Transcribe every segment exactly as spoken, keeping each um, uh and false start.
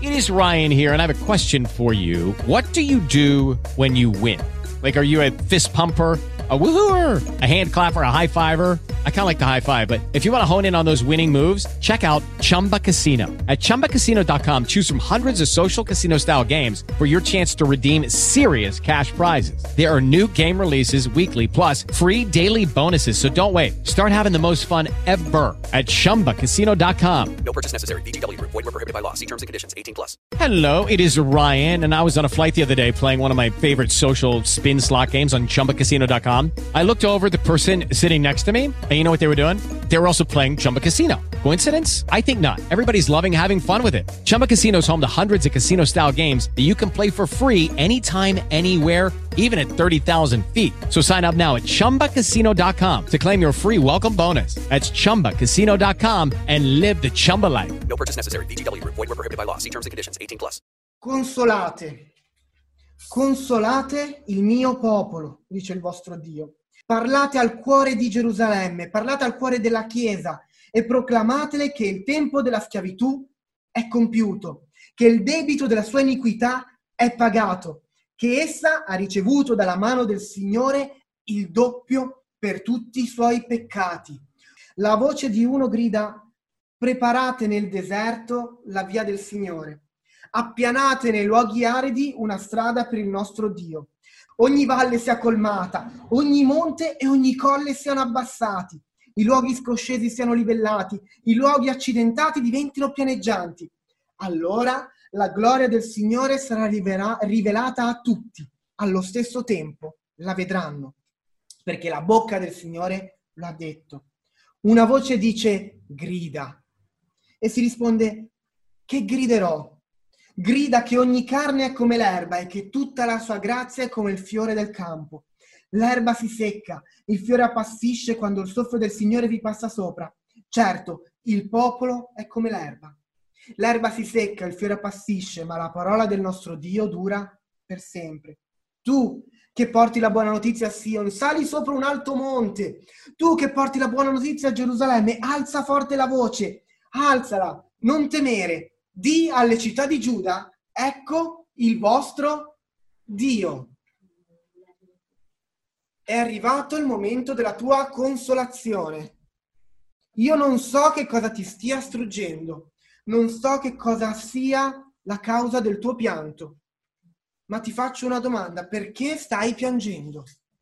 It is Ryan here, and I have a question for you. What do you do when you win? Like, are you a fist pumper, a woohooer, a hand clapper, a high fiver? I kind of like the high five, but if you want to hone in on those winning moves, check out Chumba Casino. At chumba casino dot com, choose from hundreds of social casino style games for your chance to redeem serious cash prizes. There are new game releases weekly, plus free daily bonuses. So don't wait. Start having the most fun ever at chumba casino dot com. No purchase necessary. V G W Group. Void where prohibited by law. See terms and conditions. eighteen plus. Hello, it is Ryan, and I was on a flight the other day playing one of my favorite social spin slot games on chumba casino dot com. I looked over at the person sitting next to me, and you know what they were doing? They were also playing Chumba Casino. Coincidence? I think not. Everybody's loving having fun with it. Chumba Casino is home to hundreds of casino-style games that you can play for free anytime, anywhere, even at thirty thousand feet. So sign up now at chumba casino dot com to claim your free welcome bonus. That's chumba casino dot com and live the Chumba life. No purchase necessary. V G W Group. Void where prohibited by law. See terms and conditions. eighteen plus. Consolate, consolate il mio popolo, dice il vostro Dio. Parlate al cuore di Gerusalemme, parlate al cuore della Chiesa e proclamatele che il tempo della schiavitù è compiuto, che il debito della sua iniquità è pagato, che essa ha ricevuto dalla mano del Signore il doppio per tutti i suoi peccati. La voce di uno grida: preparate nel deserto la via del Signore, appianate nei luoghi aridi una strada per il nostro Dio. Ogni valle sia colmata, ogni monte e ogni colle siano abbassati, i luoghi scoscesi siano livellati, i luoghi accidentati diventino pianeggianti. Allora la gloria del Signore sarà rivela- rivelata a tutti, allo stesso tempo la vedranno, perché la bocca del Signore l'ha detto. Una voce dice: grida, e si risponde: che griderò? Grida che ogni carne è come l'erba e che tutta la sua grazia è come il fiore del campo. L'erba si secca, il fiore appassisce quando il soffio del Signore vi passa sopra. Certo, il popolo è come l'erba. L'erba si secca, il fiore appassisce, ma la parola del nostro Dio dura per sempre. Tu che porti la buona notizia a Sion, sali sopra un alto monte. Tu che porti la buona notizia a Gerusalemme, alza forte la voce, alzala, non temere. Di alle città di Giuda: ecco il vostro Dio. È arrivato il momento della tua consolazione. Io non so che cosa ti stia struggendo, non so che cosa sia la causa del tuo pianto, ma ti faccio una domanda: perché stai piangendo?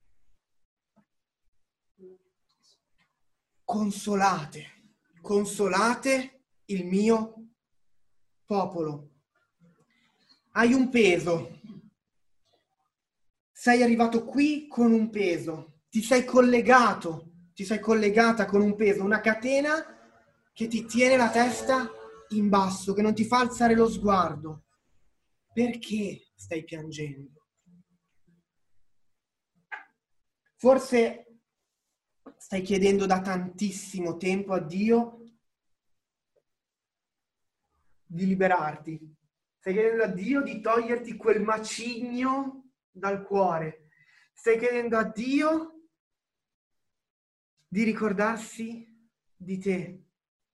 Consolate, consolate il mio popolo. Hai un peso. Sei arrivato qui con un peso. Ti sei collegato, ti sei collegata con un peso, una catena che ti tiene la testa in basso, che non ti fa alzare lo sguardo. Perché stai piangendo? Forse stai chiedendo da tantissimo tempo a Dio di liberarti. Stai chiedendo a Dio di toglierti quel macigno dal cuore. Stai chiedendo a Dio di ricordarsi di te.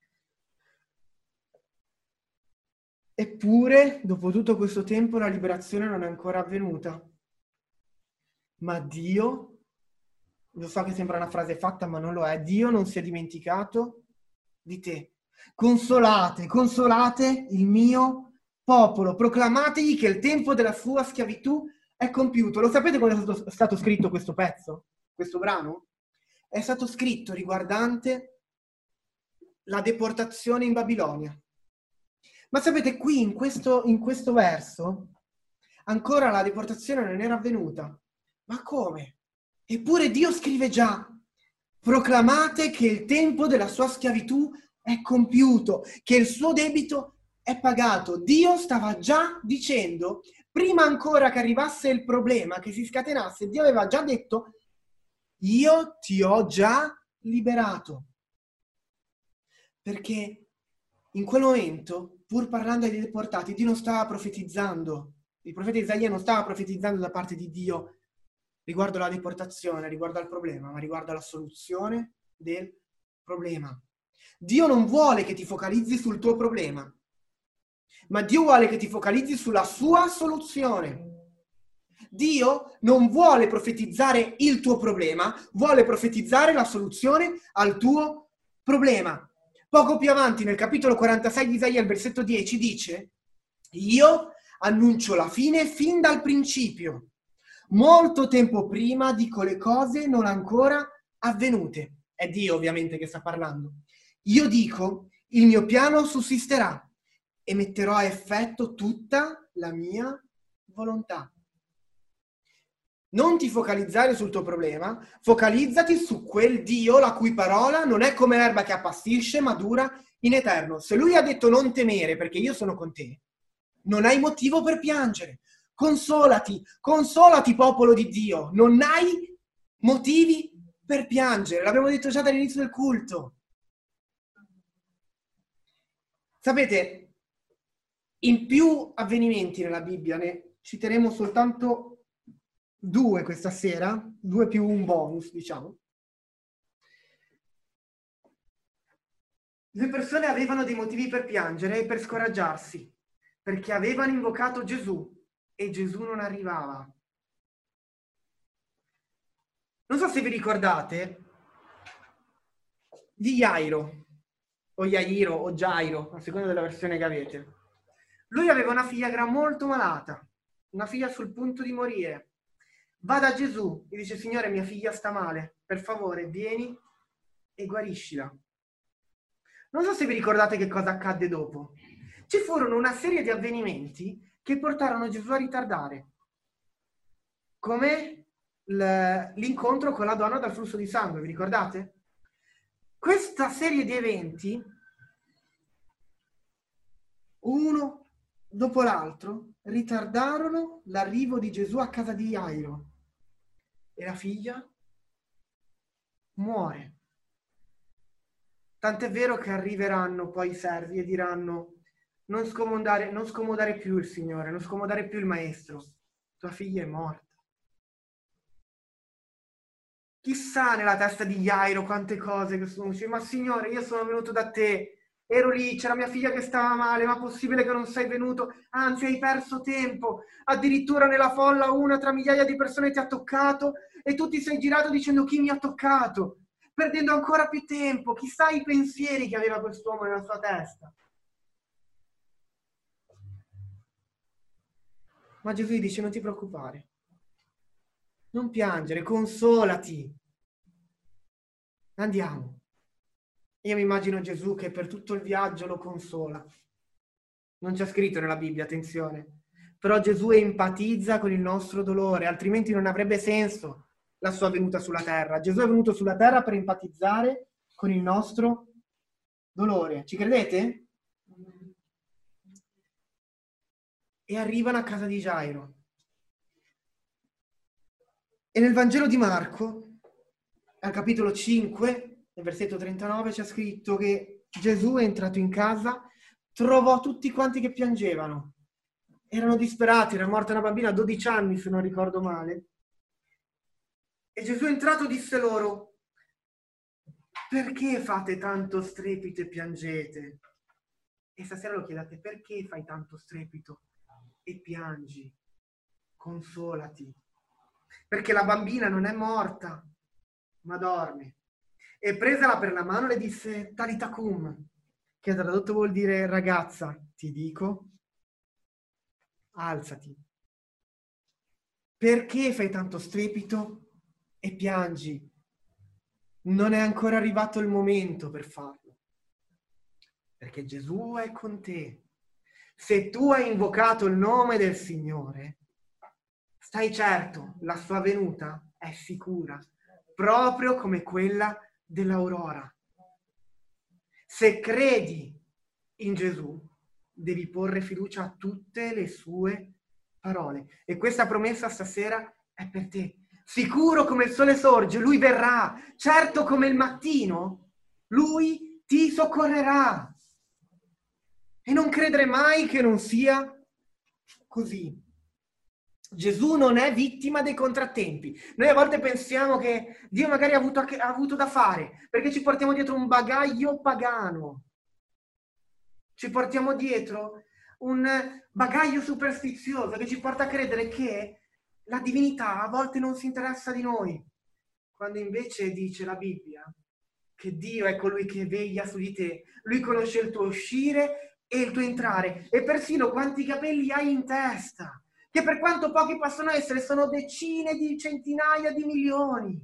Eppure, dopo tutto questo tempo, la liberazione non è ancora avvenuta. Ma Dio, lo so che sembra una frase fatta, ma non lo è, Dio non si è dimenticato di te. Consolate, consolate il mio popolo, proclamategli che il tempo della sua schiavitù è compiuto. Lo sapete quando è stato, è stato scritto questo pezzo, questo brano? È stato scritto riguardante la deportazione in Babilonia. Ma sapete, qui in questo, in questo verso ancora la deportazione non era avvenuta. Ma come? Eppure Dio scrive già: proclamate che il tempo della sua schiavitù è compiuto, che il suo debito è pagato. Dio stava già dicendo, prima ancora che arrivasse il problema, che si scatenasse, Dio aveva già detto: io ti ho già liberato. Perché in quel momento, pur parlando ai deportati, Dio non stava profetizzando. Il profeta Isaia non stava profetizzando da parte di Dio riguardo alla deportazione, riguardo al problema, ma riguardo alla soluzione del problema. Dio non vuole che ti focalizzi sul tuo problema. ma Dio vuole che ti focalizzi sulla sua soluzione. Dio non vuole profetizzare il tuo problema, vuole profetizzare la soluzione al tuo problema. Poco più avanti, nel capitolo quarantasei di Isaia, al versetto dieci, dice: io annuncio la fine fin dal principio. Molto tempo prima dico le cose non ancora avvenute. È Dio ovviamente che sta parlando. Io dico, il mio piano sussisterà e metterò a effetto tutta la mia volontà. Non ti focalizzare sul tuo problema, focalizzati su quel Dio la cui parola non è come l'erba che appassisce ma dura in eterno. Se lui ha detto non temere perché io sono con te, non hai motivo per piangere. Consolati, consolati popolo di Dio, non hai motivi per piangere. L'abbiamo detto già dall'inizio del culto. Sapete, in più avvenimenti nella Bibbia, ne citeremo soltanto due questa sera, due più un bonus, diciamo. Le persone avevano dei motivi per piangere e per scoraggiarsi, perché avevano invocato Gesù e Gesù non arrivava. Non so se vi ricordate di Jairo, o Jairo, o Jairo, a seconda della versione che avete. Lui aveva una figlia che era molto malata, una figlia sul punto di morire. Va da Gesù e dice: Signore, mia figlia sta male, per favore vieni e guariscila. Non so se vi ricordate che cosa accadde dopo. Ci furono una serie di avvenimenti che portarono Gesù a ritardare, come l'incontro con la donna dal flusso di sangue, vi ricordate? Questa serie di eventi, uno dopo l'altro, ritardarono l'arrivo di Gesù a casa di Jairo e la figlia muore. Tant'è vero che arriveranno poi i servi e diranno: non scomodare, non scomodare più il Signore, non scomodare più il Maestro, tua figlia è morta. Chissà nella testa di Jairo quante cose che sono uscite. Ma Signore, io sono venuto da te, ero lì, c'era mia figlia che stava male, ma possibile che non sei venuto? Anzi, hai perso tempo. Addirittura nella folla una tra migliaia di persone ti ha toccato e tu ti sei girato dicendo: chi mi ha toccato? Perdendo ancora più tempo. Chissà i pensieri che aveva quest'uomo nella sua testa. Ma Gesù gli dice: non ti preoccupare, non piangere, consolati. Andiamo. Io mi immagino Gesù che per tutto il viaggio lo consola. Non c'è scritto nella Bibbia, attenzione. Però Gesù empatizza con il nostro dolore, altrimenti non avrebbe senso la sua venuta sulla terra. Gesù è venuto sulla terra per empatizzare con il nostro dolore. Ci credete? E arrivano a casa di Jairo. E nel Vangelo di Marco, al capitolo cinque, nel versetto trentanove, c'è scritto che Gesù è entrato in casa, trovò tutti quanti che piangevano. Erano disperati, era morta una bambina a dodici anni, se non ricordo male. E Gesù è entrato e disse loro: perché fate tanto strepito e piangete? E stasera lo chiedete: perché fai tanto strepito e piangi? Consolati. Perché la bambina non è morta, ma dorme. E presala per la mano le disse: Talita cum, che tradotto vuol dire ragazza, ti dico, alzati. Perché fai tanto strepito e piangi? Non è ancora arrivato il momento per farlo. Perché Gesù è con te. Se tu hai invocato il nome del Signore, stai certo, la sua venuta è sicura, proprio come quella dell'aurora. Se credi in Gesù, devi porre fiducia a tutte le sue parole. E questa promessa stasera è per te. Sicuro come il sole sorge, lui verrà. Certo come il mattino, lui ti soccorrerà. E non credere mai che non sia così. Gesù non è vittima dei contrattempi. Noi a volte pensiamo che Dio magari ha avuto, ha avuto da fare, perché ci portiamo dietro un bagaglio pagano. Ci portiamo dietro un bagaglio superstizioso che ci porta a credere che la divinità a volte non si interessa di noi, quando invece dice la Bibbia che Dio è colui che veglia su di te, lui conosce il tuo uscire e il tuo entrare e persino quanti capelli hai in testa, che per quanto pochi possono essere sono decine di centinaia di milioni.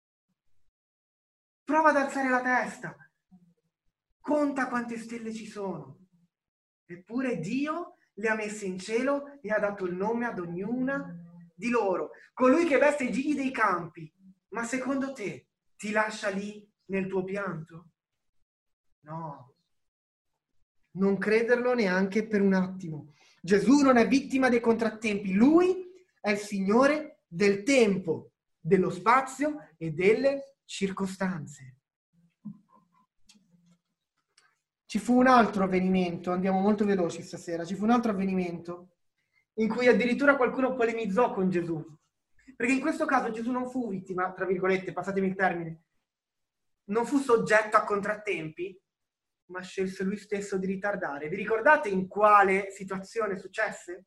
Prova ad alzare la testa, conta quante stelle ci sono, eppure Dio le ha messe in cielo e ha dato il nome ad ognuna di loro. Colui che veste i gigli dei campi, ma secondo te ti lascia lì nel tuo pianto? No, non crederlo neanche per un attimo. Gesù non è vittima dei contrattempi, lui è il Signore del tempo, dello spazio e delle circostanze. Ci fu un altro avvenimento, andiamo molto veloci stasera, ci fu un altro avvenimento in cui addirittura qualcuno polemizzò con Gesù. Perché in questo caso Gesù non fu vittima, tra virgolette, passatemi il termine, non fu soggetto a contrattempi, ma scelse lui stesso di ritardare. Vi ricordate in quale situazione successe?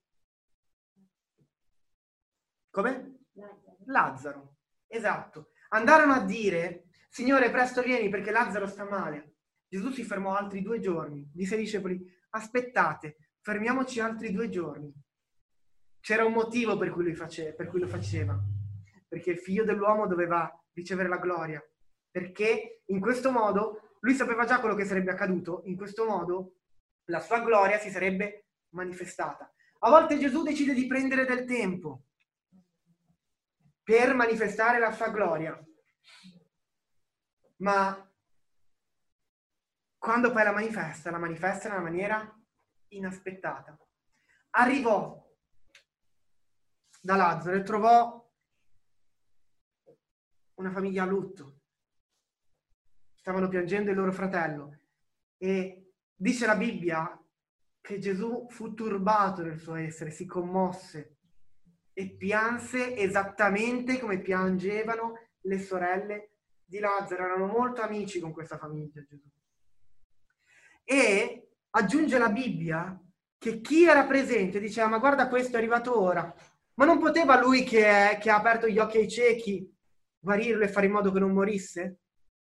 Come? Lazzaro. Lazzaro, esatto. Andarono a dire, Signore, presto vieni perché Lazzaro sta male. Gesù si fermò altri due giorni. Disse ai discepoli, aspettate, fermiamoci altri due giorni. C'era un motivo per cui, lui face, per cui lo faceva. Perché il figlio dell'uomo doveva ricevere la gloria. Perché in questo modo, lui sapeva già quello che sarebbe accaduto, in questo modo la sua gloria si sarebbe manifestata. A volte Gesù decide di prendere del tempo per manifestare la sua gloria. Ma quando poi la manifesta, la manifesta in una maniera inaspettata. Arrivò da Lazzaro e trovò una famiglia a lutto. Stavano piangendo il loro fratello e dice la Bibbia che Gesù fu turbato nel suo essere, si commosse e pianse esattamente come piangevano le sorelle di Lazzaro. Erano molto amici con questa famiglia Gesù. E aggiunge la Bibbia che chi era presente diceva, ma guarda, questo è arrivato ora. Ma non poteva lui che, è, che ha aperto gli occhi ai ciechi guarirlo e fare in modo che non morisse?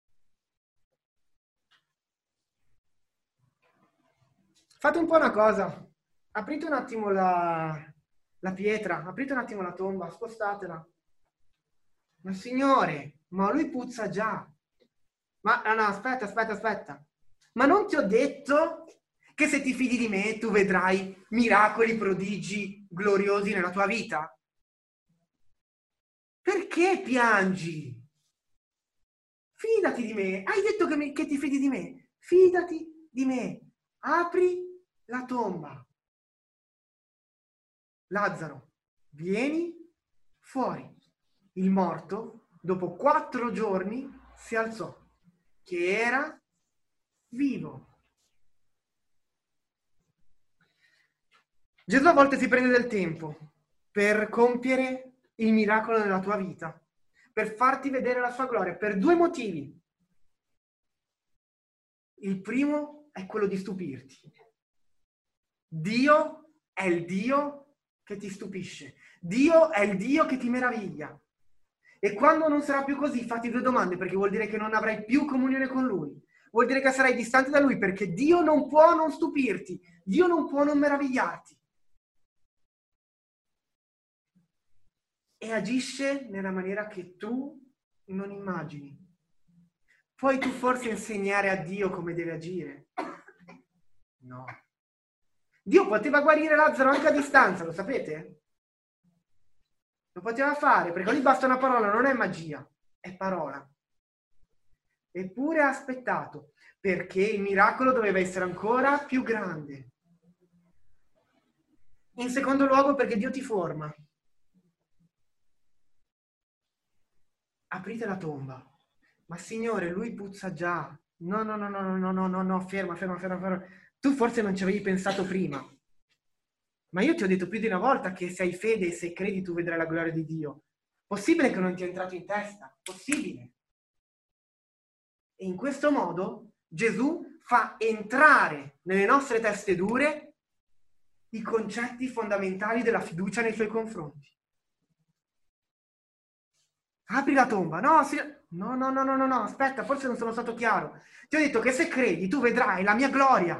Fate un po' una cosa, aprite un attimo la, la pietra, aprite un attimo la tomba, spostatela. Ma Signore, ma lui puzza già. Ma no, no, aspetta, aspetta, aspetta. Ma non ti ho detto che se ti fidi di me tu vedrai miracoli, prodigi gloriosi nella tua vita? Perché piangi? Fidati di me. Hai detto che, mi, che ti fidi di me. Fidati di me. Apri la tomba. Lazzaro, vieni fuori. Il morto, dopo quattro giorni, si alzò, che era vivo. Gesù a volte si prende del tempo per compiere il miracolo nella tua vita, per farti vedere la sua gloria, per due motivi. Il primo è quello di stupirti. Dio è il Dio che ti stupisce. Dio è il Dio che ti meraviglia. E quando non sarà più così, fatti due domande, perché vuol dire che non avrai più comunione con Lui. Vuol dire che sarai distante da Lui, perché Dio non può non stupirti. Dio non può non meravigliarti. E agisce nella maniera che tu non immagini. Puoi tu forse insegnare a Dio come deve agire? No. Dio poteva guarire Lazzaro anche a distanza, lo sapete? Lo poteva fare, perché lì basta una parola, non è magia, è parola. Eppure ha aspettato, perché il miracolo doveva essere ancora più grande. In secondo luogo, perché Dio ti forma. Aprite la tomba. Ma Signore, lui puzza già. No, no, no, no, no, no, no, no, ferma, ferma, ferma, ferma. Tu forse non ci avevi pensato prima. Ma io ti ho detto più di una volta che se hai fede e se credi tu vedrai la gloria di Dio. Possibile che non ti è entrato in testa? Possibile. E in questo modo Gesù fa entrare nelle nostre teste dure i concetti fondamentali della fiducia nei suoi confronti. Apri la tomba. No, sì. no, no, no, no, no, no, aspetta, forse non sono stato chiaro. Ti ho detto che se credi tu vedrai la mia gloria.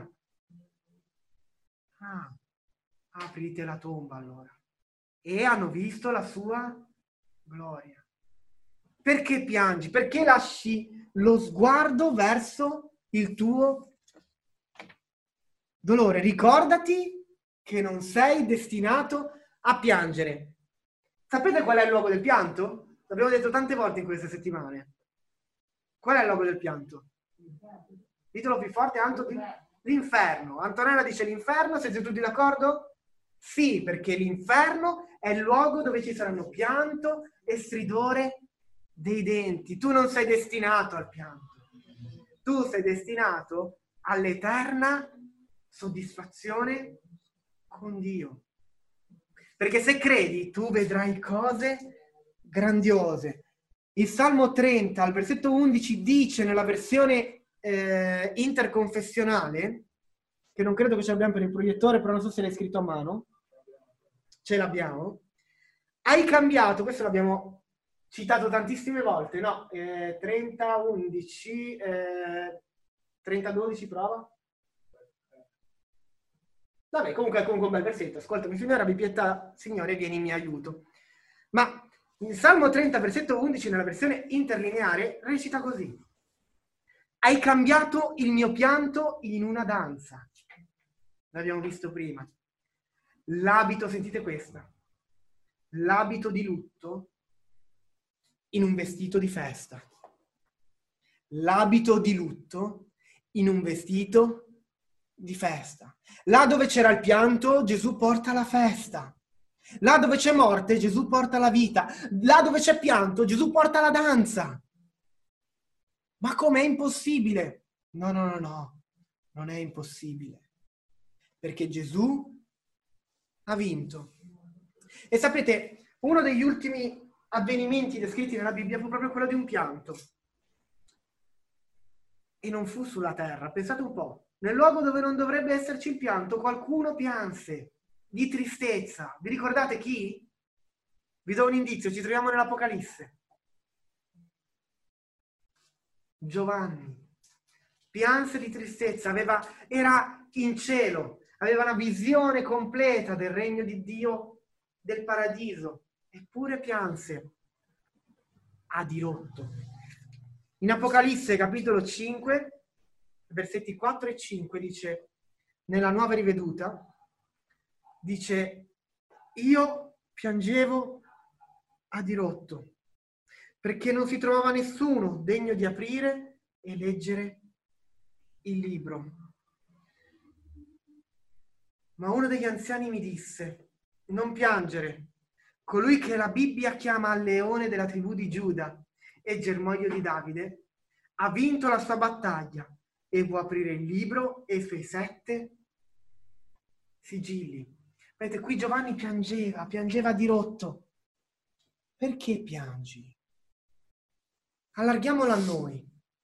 Ah, aprite la tomba allora. E hanno visto la sua gloria. Perché piangi? Perché lasci lo sguardo verso il tuo dolore? Ricordati che non sei destinato a piangere. Sapete qual è il luogo del pianto? L'abbiamo detto tante volte in queste settimane. Qual è il luogo del pianto? Ditelo più forte, Anto. L'inferno. Antonella dice l'inferno, siete tutti d'accordo? Sì, perché l'inferno è il luogo dove ci saranno pianto e stridore dei denti. Tu non sei destinato al pianto. Tu sei destinato all'eterna soddisfazione con Dio. Perché se credi, tu vedrai cose grandiose. Il Salmo trenta, al versetto undici, dice nella versione eh, interconfessionale, che non credo che ce l'abbiamo per il proiettore, però non so se l'hai scritto a mano, ce l'abbiamo. Hai cambiato, questo l'abbiamo citato tantissime volte, no? Eh, trenta undici, eh, trenta dodici, prova. Vabbè, comunque è comunque un bel versetto. Ascoltami, Signore, abbi pietà, Signore, vieni in mio aiuto. Ma il Salmo trenta, versetto undici, nella versione interlineare, recita così. Hai cambiato il mio pianto in una danza. L'abbiamo visto prima. L'abito, sentite questa, l'abito di lutto in un vestito di festa. L'abito di lutto in un vestito di festa. Là dove c'era il pianto, Gesù porta la festa. Là dove c'è morte, Gesù porta la vita. Là dove c'è pianto, Gesù porta la danza. Ma com'è impossibile? No, no, no, no, non è impossibile. Perché Gesù ha vinto. E sapete, uno degli ultimi avvenimenti descritti nella Bibbia fu proprio quello di un pianto. E non fu sulla terra, pensate un po'. Nel luogo dove non dovrebbe esserci il pianto, qualcuno pianse di tristezza. Vi ricordate chi? Vi do un indizio, ci troviamo nell'Apocalisse. Giovanni. Pianse di tristezza, aveva, era in cielo, aveva una visione completa del regno di Dio, del paradiso, eppure pianse a dirotto. In Apocalisse capitolo cinque, versetti quattro e cinque, dice, nella nuova riveduta, dice, io piangevo a dirotto, perché non si trovava nessuno degno di aprire e leggere il libro. Ma uno degli anziani mi disse, non piangere, colui che la Bibbia chiama il leone della tribù di Giuda e germoglio di Davide, ha vinto la sua battaglia e può aprire il libro e i suoi sette sigilli. Vedete, qui Giovanni piangeva, piangeva a dirotto. Perché piangi? Allarghiamolo a noi.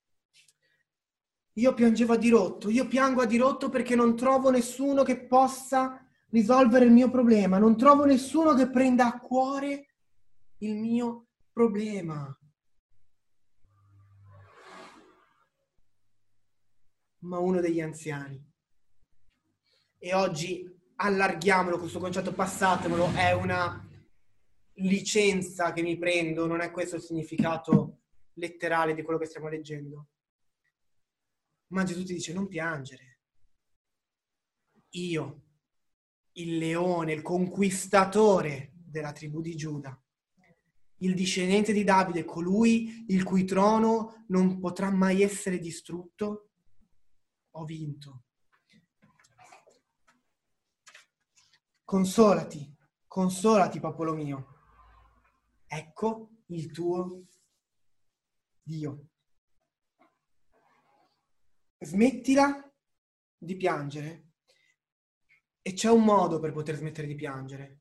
Io piangevo a dirotto, io piango a dirotto perché non trovo nessuno che possa risolvere il mio problema, non trovo nessuno che prenda a cuore il mio problema. Ma uno degli anziani. E oggi allarghiamolo questo concetto, passatemelo, è una licenza che mi prendo, non è questo il significato letterale di quello che stiamo leggendo. Ma Gesù ti dice non piangere. Io, il leone, il conquistatore della tribù di Giuda, il discendente di Davide, colui il cui trono non potrà mai essere distrutto, ho vinto. Consolati, consolati, popolo mio. Ecco il tuo Dio. Smettila di piangere. E c'è un modo per poter smettere di piangere.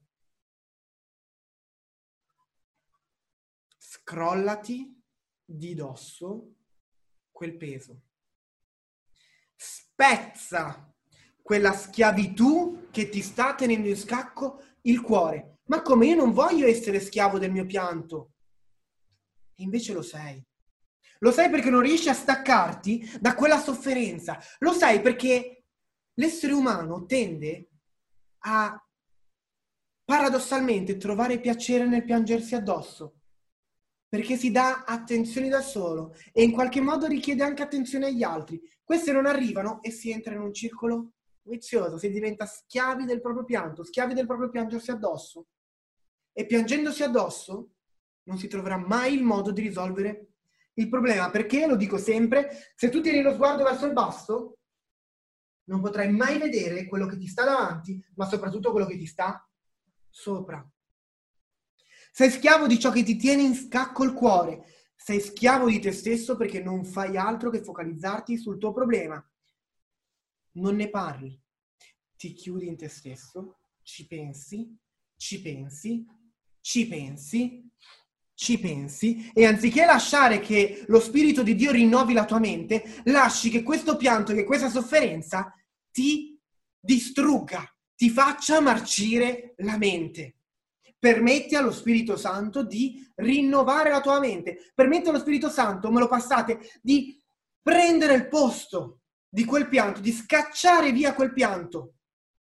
Scrollati di dosso quel peso. Spezza quella schiavitù che ti sta tenendo in scacco il cuore. Ma come, io non voglio essere schiavo del mio pianto. E invece lo sei. Lo sai perché non riesci a staccarti da quella sofferenza. Lo sai perché l'essere umano tende a paradossalmente trovare piacere nel piangersi addosso, perché si dà attenzioni da solo e in qualche modo richiede anche attenzione agli altri. Queste non arrivano e si entra in un circolo vizioso, si diventa schiavi del proprio pianto, schiavi del proprio piangersi addosso. E piangendosi addosso non si troverà mai il modo di risolvere il problema, perché, lo dico sempre, se tu tieni lo sguardo verso il basso, non potrai mai vedere quello che ti sta davanti, ma soprattutto quello che ti sta sopra. Sei schiavo di ciò che ti tiene in scacco il cuore. Sei schiavo di te stesso perché non fai altro che focalizzarti sul tuo problema. Non ne parli. Ti chiudi in te stesso, ci pensi, ci pensi, ci pensi, ci pensi e anziché lasciare che lo Spirito di Dio rinnovi la tua mente, lasci che questo pianto, che questa sofferenza ti distrugga, ti faccia marcire la mente. Permetti allo Spirito Santo di rinnovare la tua mente. Permetti allo Spirito Santo, me lo passate, di prendere il posto di quel pianto, di scacciare via quel pianto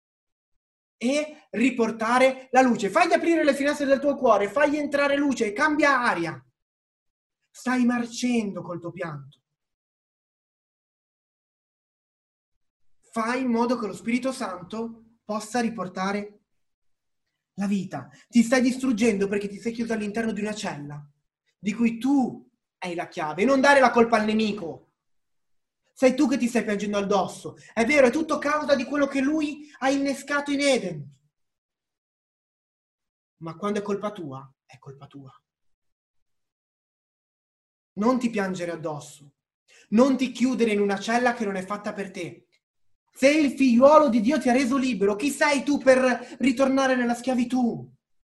e riportare la luce. Fagli aprire le finestre del tuo cuore, fagli entrare luce, cambia aria. Stai marcendo col tuo pianto. Fai in modo che lo Spirito Santo possa riportare la vita. Ti stai distruggendo perché ti sei chiuso all'interno di una cella di cui tu hai la chiave. E non dare la colpa al nemico. Sei tu che ti stai piangendo addosso. È vero, è tutto causa di quello che lui ha innescato in Eden. Ma quando è colpa tua, è colpa tua. Non ti piangere addosso. Non ti chiudere in una cella che non è fatta per te. Se il figliuolo di Dio ti ha reso libero, chi sei tu per ritornare nella schiavitù?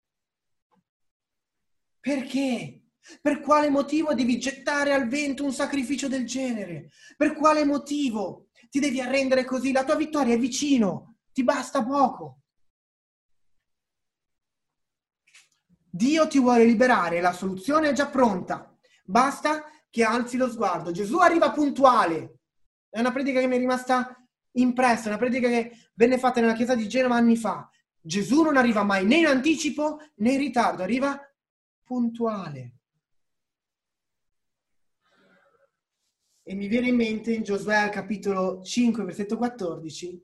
Perché? Per quale motivo devi gettare al vento un sacrificio del genere? Per quale motivo ti devi arrendere così? La tua vittoria è vicino, ti basta poco. Dio ti vuole liberare, la soluzione è già pronta. Basta che alzi lo sguardo. Gesù arriva puntuale. È una predica che mi è rimasta impressa, una predica che venne fatta nella chiesa di Genova anni fa. Gesù non arriva mai né in anticipo né in ritardo, arriva puntuale. E mi viene in mente in Giosuè al capitolo cinque, versetto quattordici,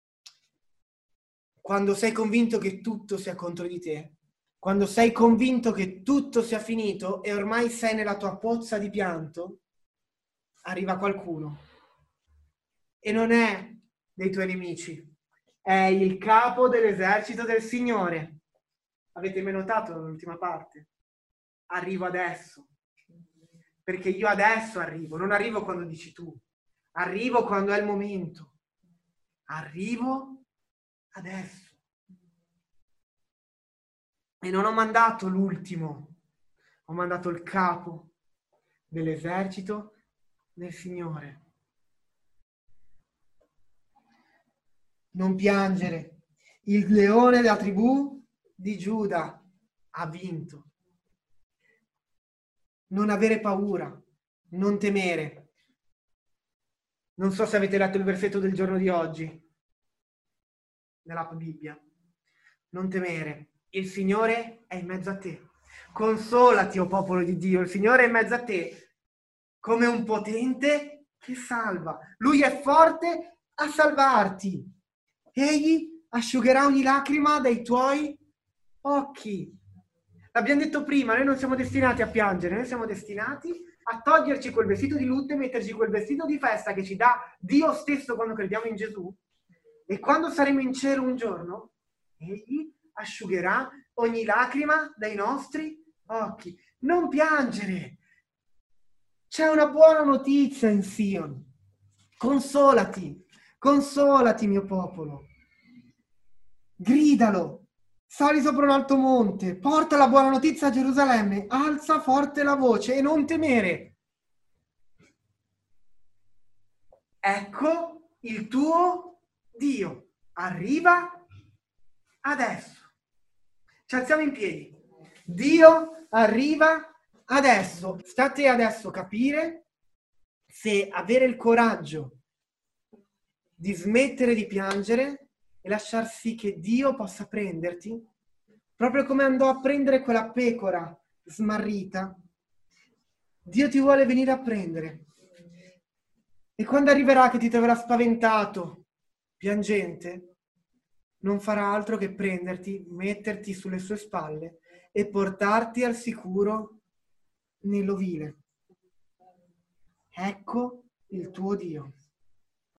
quando sei convinto che tutto sia contro di te, quando sei convinto che tutto sia finito e ormai sei nella tua pozza di pianto, arriva qualcuno. E non è dei tuoi nemici, è il capo dell'esercito del Signore. Avete mai notato l'ultima parte? Arrivo adesso. Perché io adesso arrivo, non arrivo quando dici tu, arrivo quando è il momento, arrivo adesso. E non ho mandato l'ultimo, ho mandato il capo dell'esercito del Signore. Non piangere, il leone della tribù di Giuda ha vinto. Non avere paura, non temere. Non so se avete letto il versetto del giorno di oggi, nella Bibbia. Non temere, il Signore è in mezzo a te. Consolati, o popolo di Dio, il Signore è in mezzo a te, come un potente che salva. Lui è forte a salvarti. Egli asciugherà ogni lacrima dai tuoi occhi. L'abbiamo detto prima, noi non siamo destinati a piangere, noi siamo destinati a toglierci quel vestito di lutto e metterci quel vestito di festa che ci dà Dio stesso quando crediamo in Gesù. E quando saremo in cielo un giorno, Egli asciugherà ogni lacrima dai nostri occhi. Non piangere! C'è una buona notizia in Sion. Consolati, consolati mio popolo. Gridalo. Sali sopra un alto monte, porta la buona notizia a Gerusalemme, alza forte la voce e non temere. Ecco il tuo Dio arriva adesso. Ci alziamo in piedi. Dio arriva adesso. State adesso a capire se avere il coraggio di smettere di piangere e lasciar sì che Dio possa prenderti, proprio come andò a prendere quella pecora smarrita. Dio ti vuole venire a prendere. E quando arriverà che ti troverà spaventato, piangente, non farà altro che prenderti, metterti sulle sue spalle e portarti al sicuro nell'ovile. Ecco il tuo Dio.